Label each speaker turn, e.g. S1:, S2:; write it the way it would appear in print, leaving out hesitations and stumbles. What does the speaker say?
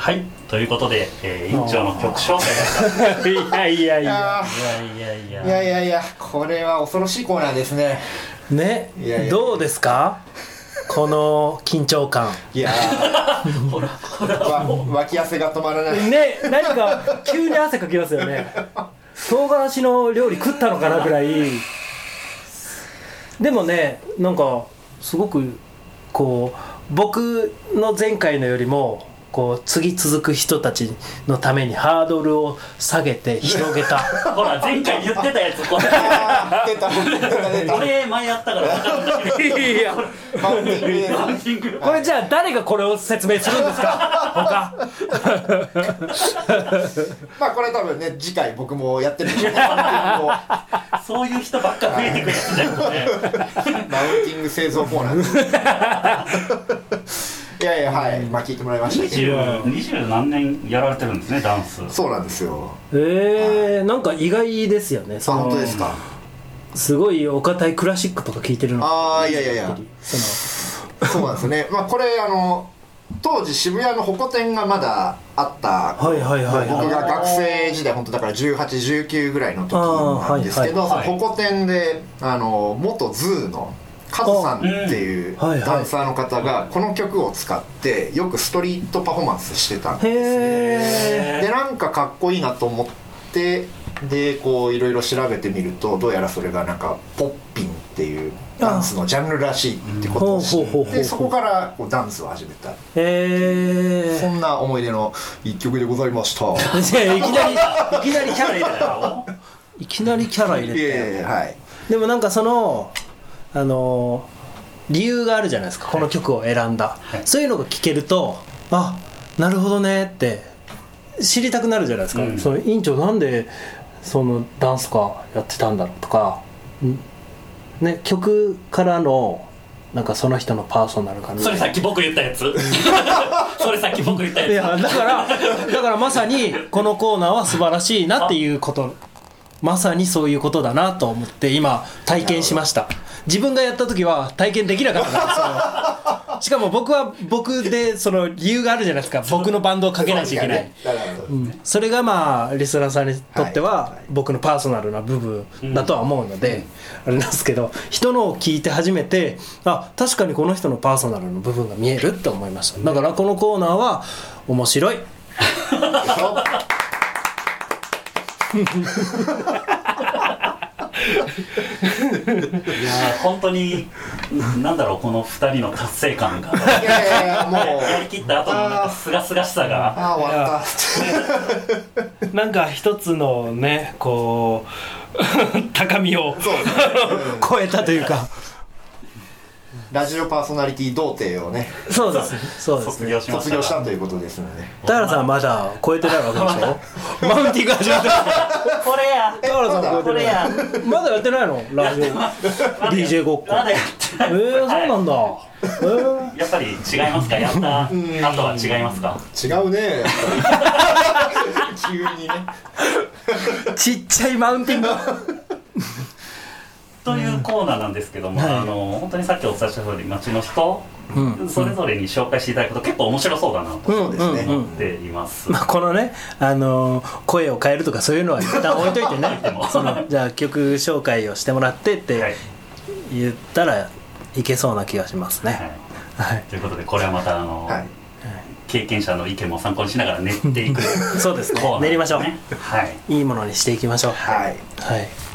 S1: はい、ということで、委員長の曲紹介でした。
S2: いや、これは恐ろしいコーナーですね。
S3: ね、どうですかこの緊張感。
S2: いやほら脇汗が止まらない
S3: ね、何か急に汗かきますよね。唐辛子の料理食ったのかなぐらい。でもね、なんかすごくこう僕の前回のよりもこう次続く人たちのためにハードルを下げて広げた
S1: ほら前回言ってたやつこれ
S2: 出た
S1: 俺前やったから分かんない
S3: いや
S1: マウンティング
S3: これじゃあ誰がこれを説明するんですか
S2: まあこれ多分ね次回僕もやってるんでしょうね
S1: そういう人ばっか増えてくるやつだよね
S2: マウンティング製造コーナーいやはい、まあ聞いてもらいましたけど
S1: 20何年やられてるんですね、ダンス。
S2: そうなんですよ。
S3: なんか意外ですよね。
S2: 本当ですか。
S3: すごいお堅いクラシックとか聞いてるの。
S2: いやそうなんですね。まあこれ当時渋谷のホコ天がまだあった僕が学生時代本当だから18、19ぐらいの時なんですけど、そのホコ天で元ズーのカズさんっていうダンサーの方がこの曲を使ってよくストリートパフォーマンスしてたんですね。でなんかかっこいいなと思ってでこういろいろ調べてみるとどうやらそれがなんかポッピンっていうダンスのジャンルらしいってことを知ってそこからこうダンスを始めた。そんな思い出の一曲でございました。
S3: いきなりキャラ入れた。いきなりキャラ入れて。
S2: はい。
S3: でもなんかその理由があるじゃないですか、この曲を選んだ、そういうのが聞けるとなるほどねって知りたくなるじゃないですか、その委員長なんでそのダンスかやってたんだろうとか、ね、曲からのなんかその人のパーソナル感。
S1: それさっき僕言ったやつそれさっき僕言ったやつ。
S3: いやだからまさにこのコーナーは素晴らしいなっていうことまさにそういうことだなと思って今体験しました。自分がやった時は体験できなかったからしかも僕は僕でその理由があるじゃないですか。僕のバンドをかけないといけない、それがまあリスナーさんにとっては僕のパーソナルな部分だとは思うので、あれなんですけど、人のを聞いて初めて確かにこの人のパーソナルの部分が見えるって思いました。だからこのコーナーは面白い
S1: いや本当になんだろう、この2人の達成感がもうやりきった後のなんかすがすがしさが
S2: 終わった
S3: なんか一つのねこう高みを超えたというか
S2: ラジオパーソナリティ童貞をね
S3: そうです
S1: 卒業
S2: したということですので、
S3: 田原さんはまだ超えてないわけでしょマウンティング始めてる
S1: これや
S3: 田原さん超えてないまだやってないのラジオDJ ごっこ。
S1: まだやってない。
S3: そうなんだ。
S1: やっぱり違いますか、やった後は違いますか。
S2: 違うね急にね
S3: ちっちゃいマウンティング
S1: というコーナーなんですけども、本当にさっきお伝えした通り街の人、それぞれに紹介していただくと結構面白そうだなと思っています。
S3: このね、声を変えるとかそういうのは一旦置いといてねじゃあ曲紹介をしてもらってって言ったらいけそうな気がしますね。
S1: ということでこれはまた経験者の意見も参考にしながら練っていく
S3: そうですね、練りましょう。
S1: いい
S3: ものにしていきましょう。
S2: はい